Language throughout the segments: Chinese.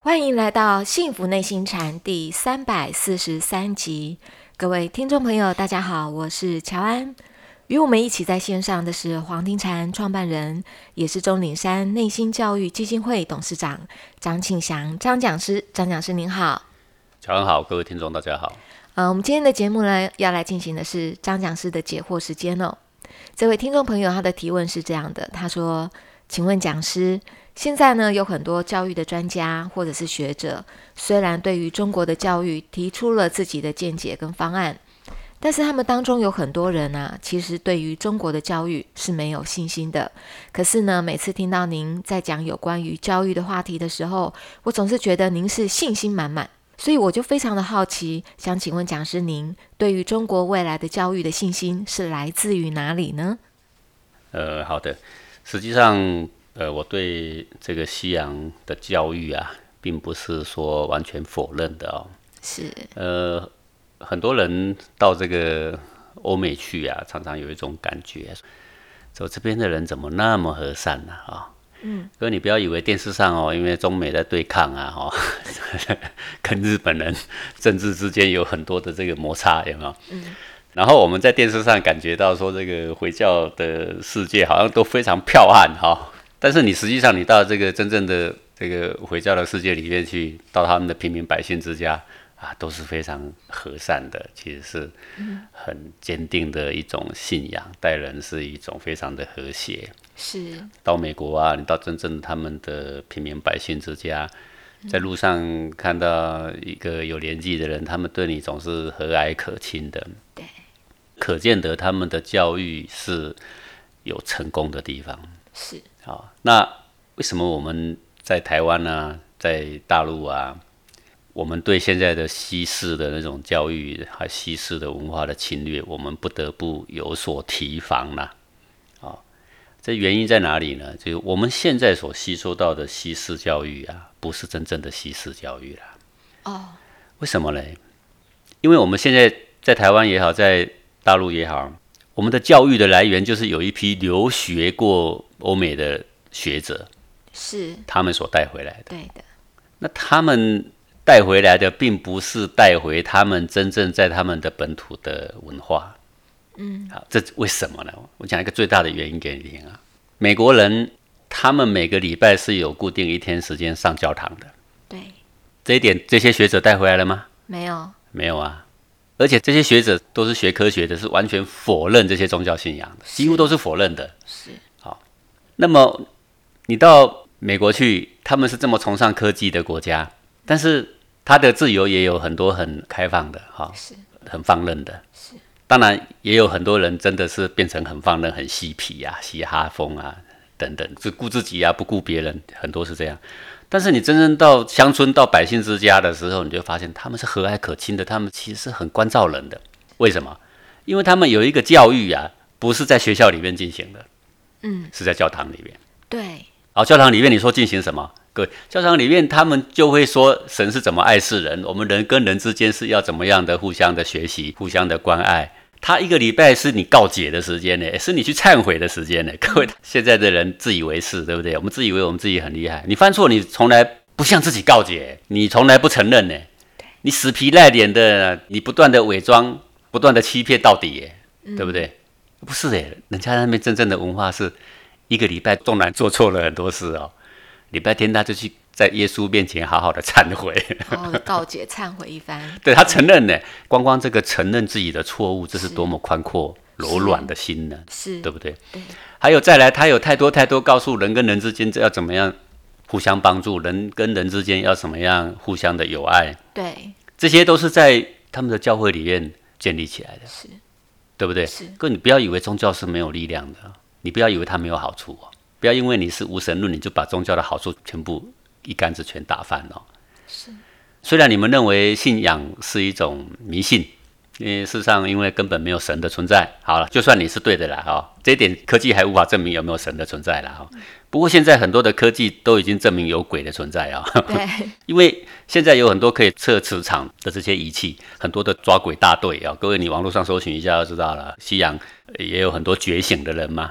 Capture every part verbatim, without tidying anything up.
欢迎来到幸福内心禅第三百四十三集。各位听众朋友大家好，我是乔安。与我们一起在线上的是黄庭禅创办人，也是钟岭山内心教育基金会董事长张庆祥张讲师。张讲师您好。 乔安好，各位听众大家好。 呃，我们今天的节目呢，要来进行的是张讲师的解惑时间哦。这位听众朋友他的提问是这样的，他说：请问讲师，现在呢有很多教育的专家或者是学者，虽然对于中国的教育提出了自己的见解跟方案，但是他们当中有很多人啊，其实对于中国的教育是没有信心的。可是呢，每次听到您在讲有关于教育的话题的时候，我总是觉得您是信心满满。所以我就非常的好奇，想请问讲师，您对于中国未来的教育的信心是来自于哪里呢？ 呃，好的，实际上，呃，我对这个西洋的教育啊，并不是说完全否认的哦。 是。 呃，很多人到这个欧美去啊，常常有一种感觉，说这边的人怎么那么和善呢？啊、哦？嗯，可是你不要以为电视上哦，因为中美在对抗啊，哦，跟日本人政治之间有很多的这个摩擦，有没有？嗯。然后我们在电视上感觉到说，这个回教的世界好像都非常剽悍哈、哦，但是你实际上你到这个真正的这个回教的世界里面去，到他们的平民百姓之家啊，都是非常和善的，其实是很坚定的一种信仰，待人是一种非常的和谐。 是。到美国啊，你到真正他们的平民百姓之家，在路上看到一个有年纪的人，他们对你总是和蔼可亲的。 对。 可见得他们的教育是有成功的地方。 是。 好，那为什么我们在台湾啊，在大陆啊，我们对现在的西式的那种教育，还西式的文化的侵略，我们不得不有所提防呢、啊？这原因在哪里呢？就是我们现在所吸收到的西式教育啊，不是真正的西式教育啦。哦，为什么呢？因为我们现在在台湾也好，在大陆也好，我们的教育的来源就是有一批留学过欧美的学者， 是他们所带回来的。 对的。那他们带回来的，并不是带回他们真正在他们的本土的文化。嗯，好，这为什么呢？我讲一个最大的原因给你听啊。美国人他们每个礼拜是有固定一天时间上教堂的。 对。 这一点这些学者带回来了吗？ 没有。没有啊。而且这些学者都是学科学的，是完全否认这些宗教信仰的，几乎都是否认的。 是。 好，那么你到美国去，他们是这么崇尚科技的国家，但是他的自由也有很多很开放的，哈，是很放任的。是。当然也有很多人真的是变成很放任、很嬉皮啊、嘻哈风啊等等，只顾自己啊，不顾别人，很多是这样。但是你真正到乡村、到百姓之家的时候，你就发现他们是和蔼可亲的，他们其实是很关照人的。为什么？因为他们有一个教育啊，不是在学校里面进行的，嗯，是在教堂里面。 对。 好，教堂里面你说进行什么？各位，教堂里面他们就会说神是怎么爱世人，我们人跟人之间是要怎么样的互相的学习、互相的关爱。他一个礼拜是你告解的时间呢，是你去忏悔的时间呢。各位，现在的人自以为是，对不对？我们自以为我们自己很厉害，你犯错你从来不向自己告解，你从来不承认呢，你死皮赖脸的，你不断的伪装，不断的欺骗到底耶，对不对？嗯、不是耶，人家那边真正的文化是一个礼拜纵然做错了很多事哦，礼拜天他就去在耶稣面前好好的忏悔， 哦，告解忏悔一番。 对，他承认呢，光光这个承认自己的错误，这是多么宽阔柔软的心呢？是，对不对？对。还有再来，他有太多太多告诉人跟人之间要怎么样互相帮助，人跟人之间要怎么样互相的友爱。对，这些都是在他们的教会里面建立起来的，是，对不对？是。可你不要以为宗教是没有力量的，你不要以为它没有好处哦，不要因为你是无神论，你就把宗教的好处全部一竿子全打翻了。是，虽然你们认为信仰是一种迷信，因为事实上因为根本没有神的存在。好了，就算你是对的啦，哦，这一点科技还无法证明有没有神的存在啦，哦。不过现在很多的科技都已经证明有鬼的存在啊，哦。对，因为现在有很多可以测磁场的这些仪器，很多的抓鬼大队啊，哦。各位你网络上搜寻一下就知道了，西洋也有很多觉醒的人嘛。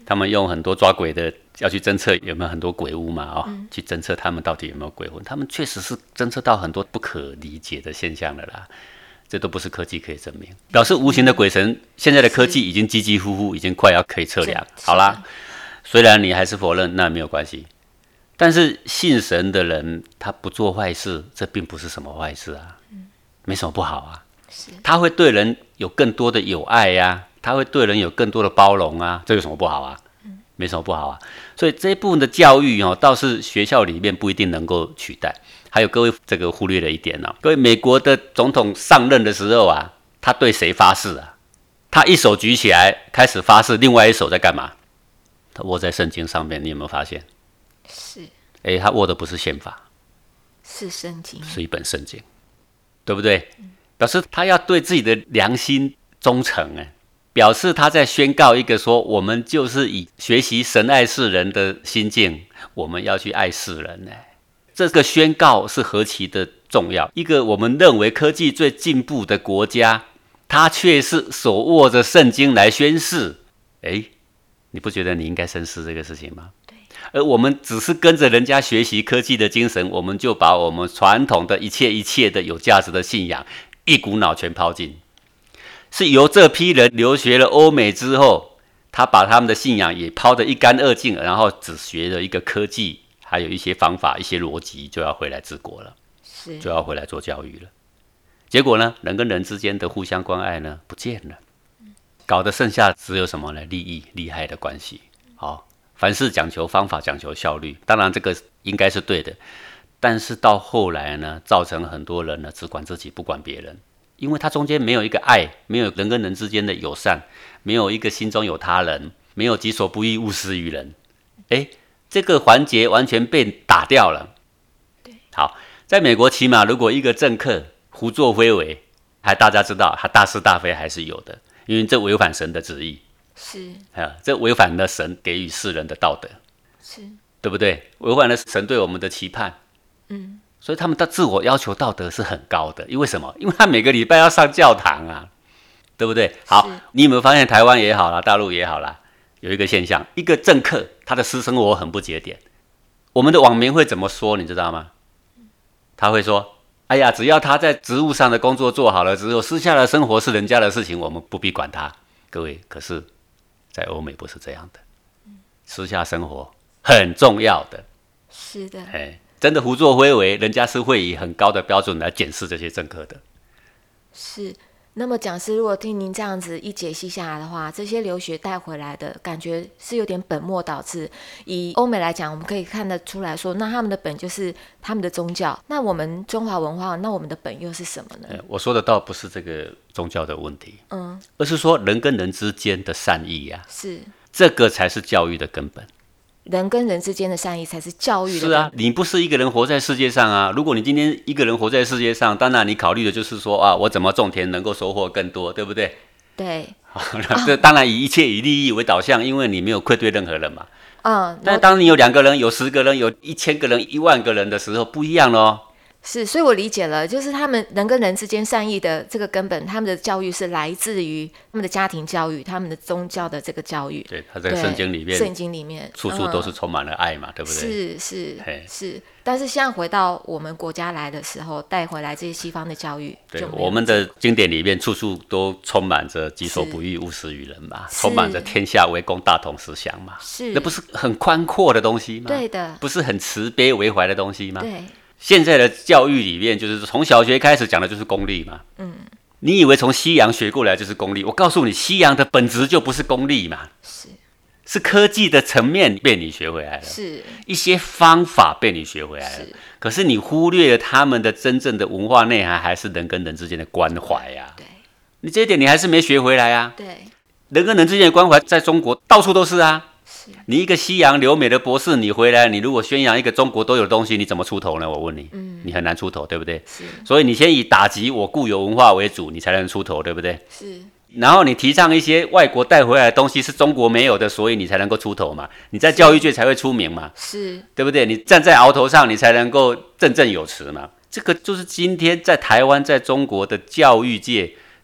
他们用很多抓鬼的要去侦测有没有很多鬼屋嘛，哦，嗯、去侦测他们到底有没有鬼魂，他们确实是侦测到很多不可理解的现象了啦。这都不是科技可以证明，表示无形的鬼神，现在的科技已经几几乎乎，已经快要可以测量。好啦，虽然你还是否认，那没有关系。但是信神的人，他不做坏事，这并不是什么坏事啊，嗯、没什么不好啊。他会对人有更多的友爱呀、啊，他会对人有更多的包容啊，这有什么不好啊？嗯、没什么不好啊。所以这一部分的教育哦，倒是学校里面不一定能够取代。还有各位这个忽略了一点哦，各位美国的总统上任的时候啊，他对谁发誓啊？他一手举起来开始发誓，另外一手在干嘛？他握在圣经上面，你有没有发现？ 是。 哎，他握的不是宪法， 是圣经， 是一本圣经，对不对？嗯、表示他要对自己的良心忠诚哎，表示他在宣告一个说，我们就是以学习神爱世人的心境，我们要去爱世人哎。这个宣告是何其的重要！一个我们认为科技最进步的国家，他却是手握着圣经来宣誓。哎，你不觉得你应该深思这个事情吗？对。而我们只是跟着人家学习科技的精神，我们就把我们传统的一切一切的有价值的信仰一股脑全抛尽。是由这批人留学了欧美之后，他把他们的信仰也抛得一干二净，然后只学了一个科技。还有一些方法、一些逻辑，就要回来治国了，是就要回来做教育了。结果呢，人跟人之间的互相关爱呢，不见了，搞得剩下只有什么呢？利益、利害的关系。好，凡事讲求方法，讲求效率，当然这个应该是对的。但是到后来呢，造成很多人呢只管自己，不管别人，因为他中间没有一个爱，没有人跟人之间的友善，没有一个心中有他人，没有己所不欲，勿施于人。哎。这个环节完全被打掉了。好，在美国起码如果一个政客胡作非为，还大家知道他大是大非还是有的，因为这违反神的旨意，是啊，这违反了神给予世人的道德，是对不对？违反了神对我们的期盼，嗯，所以他们的自我要求道德是很高的。因为什么？因为他每个礼拜要上教堂啊，对不对？好，你有没有发现台湾也好啦，大陆也好啦，有一个现象，一个政客他的私生活很不检点，我们的网民会怎么说你知道吗？他会说，哎呀，只要他在职务上的工作做好了之后，私下的生活是人家的事情，我们不必管他。各位，可是在欧美不是这样的，私下生活很重要的。 是的， 哎，真的胡作非为，人家是会以很高的标准来检视这些政客的。 是。那么讲师，如果听您这样子一解析下来的话，这些留学带回来的感觉是有点本末倒置。以欧美来讲，我们可以看得出来说，那他们的本就是他们的宗教，那我们中华文化，那我们的本又是什么呢？ 我说的倒不是这个宗教的问题，嗯，而是说人跟人之间的善意呀、啊，是这个才是教育的根本。 人跟人之间的善意才是教育的。 是啊，你不是一个人活在世界上啊。如果你今天一个人活在世界上，当然你考虑的就是说啊，我怎么种田能够收获更多，对不对？ 对。 这当然以一切以利益为导向，因为你没有愧对任何人嘛。 嗯。 但当你有两个人、有十个人、有一千个人、一万个人的时候，不一样咯。 是，所以我理解了，就是他们人跟人之间善意的这个根本，他们的教育是来自于他们的家庭教育，他们的宗教的这个教育。 对，他在圣经里面， 圣经里面处处都是充满了爱嘛，嗯、对不对？ 是是是，但是现在回到我们国家来的时候，带回来这些西方的教育， 对，我们的经典里面处处都充满着己所不欲，勿施于人嘛，充满着天下为公大同思想嘛，是，那不是很宽阔的东西吗？ 对的， 不是很慈悲为怀的东西吗？ 对。 现在的教育里面，就是从小学开始讲的就是功利嘛。嗯，你以为从西洋学过来就是功利？我告诉你，西洋的本质就不是功利嘛，是是科技的层面被你学回来了，是一些方法被你学回来了。可是你忽略了他们的真正的文化内涵，还是人跟人之间的关怀呀、啊。对，你这一点你还是没学回来啊。对，人跟人之间的关怀在中国到处都是啊。你一个西洋留美的博士，你回来，你如果宣扬一个中国都有的东西，你怎么出头呢？我问你，嗯、你很难出头，对不对？是，所以你先以打击我固有文化为主，你才能出头，对不对？是。然后你提倡一些外国带回来的东西是中国没有的，所以你才能够出头嘛，你在教育界才会出名嘛，是，对不对？你站在鳌头上，你才能够振振有词嘛。这个就是今天在台湾、在中国的教育界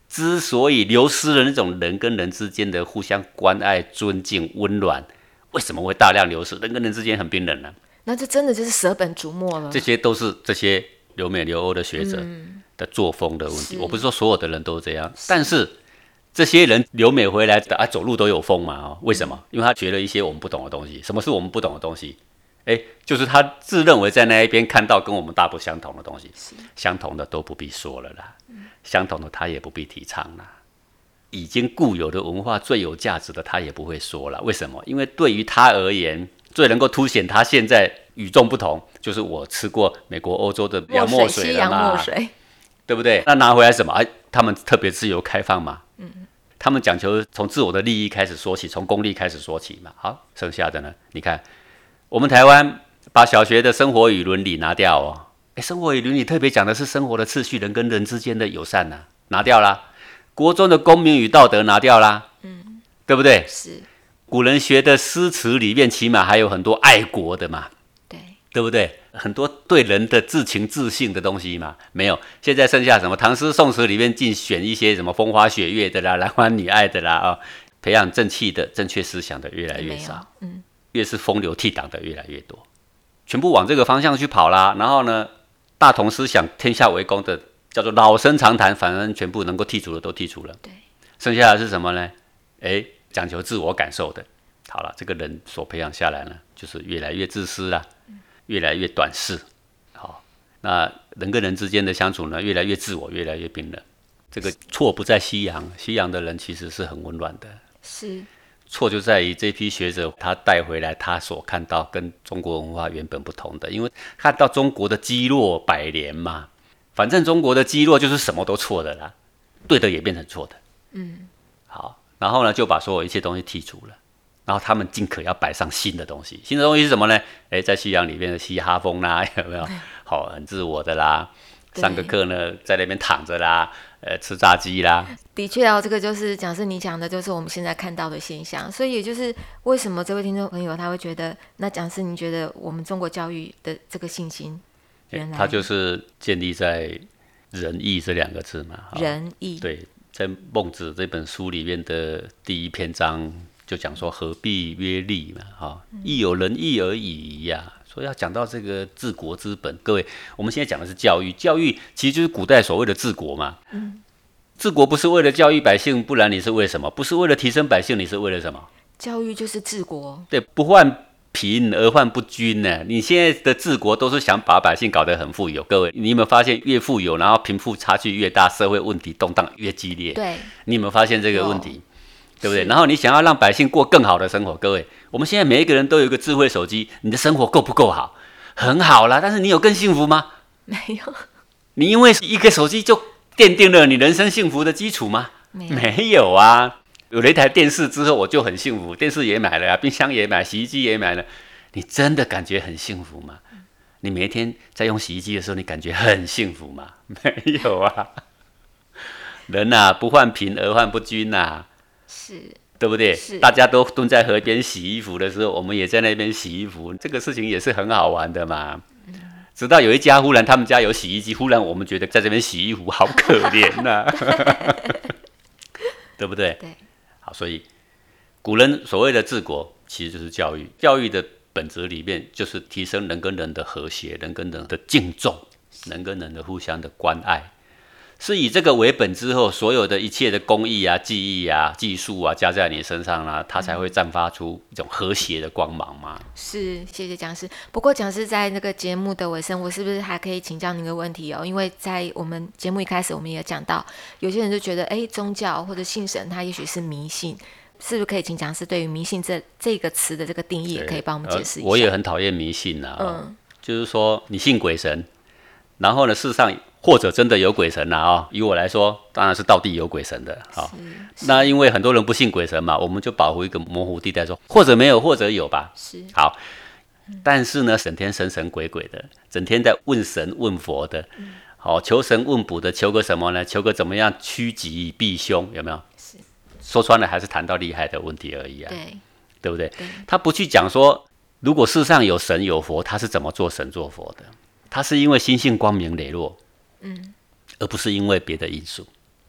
之所以流失了那种人跟人之间的互相关爱、尊敬、温暖，为什么会大量流失？人跟人之间很冰冷呢、啊？ 那这真的就是舍本逐末了。 这些都是这些留美留欧的学者的作风的问题。嗯、我不是说所有的人都这样，是但是这些人留美回来啊，走路都有风嘛、哦？为什么？嗯、因为他学了一些我们不懂的东西。什么是我们不懂的东西？哎，就是他自认为在那一边看到跟我们大不相同的东西，相同的都不必说了啦，嗯、相同的他也不必提倡啦。已经固有的文化最有价值的，他也不会说了。为什么？因为对于他而言，最能够凸显他现在与众不同，就是我吃过美国、欧洲的洋墨水了嘛， 墨水， 对不对？那拿回来什么？哎，他们特别自由开放嘛，嗯，他们讲求从自我的利益开始说起，从功利开始说起嘛。好，剩下的呢？你看，我们台湾把小学的生活与伦理拿掉哦，哎，生活与伦理特别讲的是生活的次序，人跟人之间的友善呐、啊，拿掉啦。国中的公民与道德拿掉啦，嗯，对不对？ 是。 古人学的诗词里面，起码还有很多爱国的嘛， 对， 对不对？很多对人的至情至性的东西嘛，没有。现在剩下什么唐诗宋词里面尽选一些什么风花雪月的啦、兰花女爱的啦啊、哦，培养正气的、正确思想的越来越少，嗯，越是风流倜傥的越来越多，全部往这个方向去跑啦。然后呢，大同思想、天下为公的。叫做老生常谈，反正全部能够剔除的都剔除了。 对， 剩下的是什么呢？哎，讲求自我感受的。好了，这个人所培养下来呢，就是越来越自私啦，越来越短视。好，那人跟人之间的相处呢，越来越自我，越来越冰冷。这个错不在西洋，西洋的人其实是很温暖的。 是， 错就在于这批学者他带回来他所看到跟中国文化原本不同的，因为看到中国的积弱百年嘛。反正中国的积弱就是什么都错的啦，对的也变成错的。嗯，好，然后呢就把所有一切东西剔除了，然后他们尽可要摆上新的东西。新的东西是什么呢？哎，在西洋里面的嘻哈风啦，有没有？好、哦，很自我的啦。上个课呢，在那边躺着啦，呃，吃炸鸡啦。 的确啊，这个就是讲是你讲的，就是我们现在看到的现象。所以也就是为什么这位听众朋友他会觉得，那讲是你觉得我们中国教育的这个信心？ 它就是建立在仁义这两个字嘛。 仁义， 对，在孟子这本书里面的第一篇章就讲说何必曰利嘛，哈，亦有仁义而已呀、啊。所以要讲到这个治国之本，各位，我们现在讲的是教育，教育其实就是古代所谓的治国嘛。嗯，治国不是为了教育百姓，不然你是为了什么？不是为了提升百姓，你是为了什么？ 教育就是治国， 对，不患贫而患不均呢？你现在的治国都是想把百姓搞得很富有，各位，你有没有发现越富有，然后贫富差距越大，社会问题动荡越激烈？ 对， 你有没有发现这个问题？对不对？然后你想要让百姓过更好的生活，各位，我们现在每一个人都有一个智慧手机，你的生活够不够好？很好啦，但是你有更幸福吗？ 没有。 你因为一个手机就奠定了你人生幸福的基础吗？ 没有， 没有啊。有了一台电视之后，我就很幸福，电视也买了啊，冰箱也买，洗衣机也买了。你真的感觉很幸福吗？你每一天在用洗衣机的时候，你感觉很幸福吗？没有啊。人啊，不患贫而患不均啊， 是， 对不对？大家都蹲在河边洗衣服的时候，我们也在那边洗衣服，这个事情也是很好玩的嘛。嗯、直到有一家忽然他们家有洗衣机，忽然我们觉得在这边洗衣服好可怜呐、啊，对不对？ 对。 好，所以古人所谓的治国，其实就是教育。教育的本质里面，就是提升人跟人的和谐，人跟人的敬重，人跟人的互相的关爱。是以这个为本之后，所有的一切的工艺啊、技艺啊、技术啊，加在你身上啦、啊，它才会绽发出一种和谐的光芒嘛。 是，谢谢讲师。不过讲师在那个节目的尾声，我是不是还可以请教您一个问题哦？因为在我们节目一开始，我们也讲到，有些人就觉得，哎，宗教或者信神，它也许是迷信，是不是可以请讲师对于迷信这这个词的这个定义，也可以帮我们解释一下？ 呃、我也很讨厌迷信啊、哦，嗯，就是说你信鬼神，然后呢，事实上。或者真的有鬼神啦、啊、哦，以我来说，当然是道地有鬼神的。好、哦，那因为很多人不信鬼神嘛，我们就保护一个模糊地带说，或者没有，或者有吧。 是好，但是呢，整天神神鬼鬼的，整天在问神问佛的，好、哦、求神问卜的，求个什么呢？求个怎么样趋吉以避凶，有没有？是说穿了还是谈到厉害的问题而已啊。 对， 对不对？对，他不去讲说，如果世上有神有佛，他是怎么做神做佛的？他是因为心性光明磊落。嗯，而不是因为别的因素。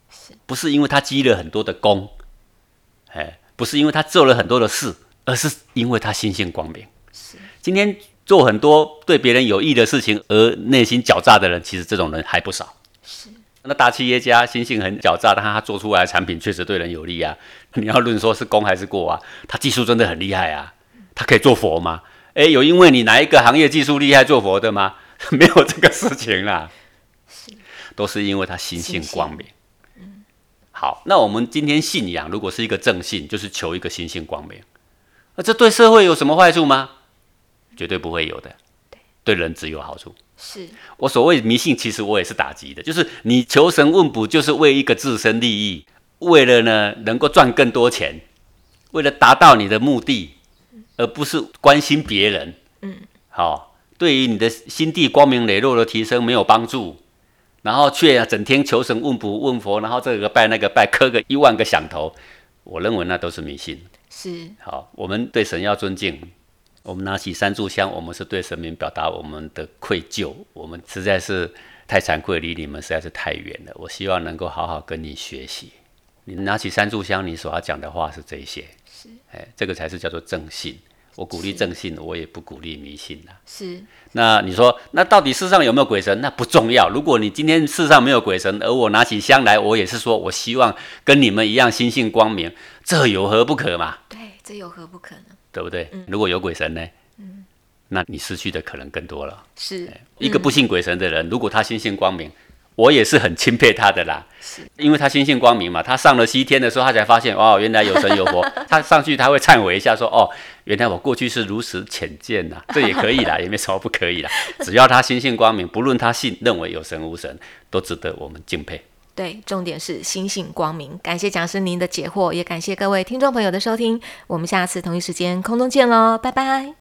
不是因为他积了很多的功，哎，不是因为他做了很多的事，而是因为他心性光明。今天做很多对别人有益的事情而内心狡诈的人，其实这种人还不少。是，那大企业家心性很狡诈，但他做出来的产品确实对人有利啊。你要论说是功还是过啊？他技术真的很厉害啊，他可以做佛吗？哎，有因为你哪一个行业技术厉害做佛的吗？没有这个事情啦，都是因为他心性光明。嗯，好，那我们今天信仰如果是一个正信，就是求一个心性光明，那这对社会有什么坏处吗？绝对不会有的，对人只有好处。是我所谓迷信，其实我也是打击的，就是你求神问卜，就是为一个自身利益，为了呢能够赚更多钱，为了达到你的目的，而不是关心别人。嗯，好，对于你的心地光明磊落的提升没有帮助，然后却整天求神问卜问佛，然后这个拜那个拜，磕个一万个响头，我认为那都是迷信。是，好，我们对神要尊敬。我们拿起三炷香，我们是对神明表达我们的愧疚，我们实在是太惭愧，离你们实在是太远了。我希望能够好好跟你学习。你拿起三炷香，你所要讲的话是这些，是，哎，这个才是叫做正信。我鼓励正信，我也不鼓励迷信啦。是。那你说，那到底世上有没有鬼神？那不重要。如果你今天世上没有鬼神，而我拿起香来，我也是说我希望跟你们一样心性光明，这有何不可嘛？ 对，这有何不可呢？ 对不对？嗯、如果有鬼神呢？嗯，那你失去的可能更多了。 是， 一个不信鬼神的人，如果他心性光明，我也是很钦佩他的啦。是，因为他心性光明嘛，他上了西天的时候，他才发现哦，原来有神有佛。他上去他会忏悔一下说，哦，原来我过去是如此浅见呐，这也可以啦，也没什么不可以啦。只要他心性光明，不论他信认为有神无神，都值得我们敬佩。 对，重点是心性光明。感谢讲师您的解惑，也感谢各位听众朋友的收听。我们下次同一时间空中见喽，拜拜。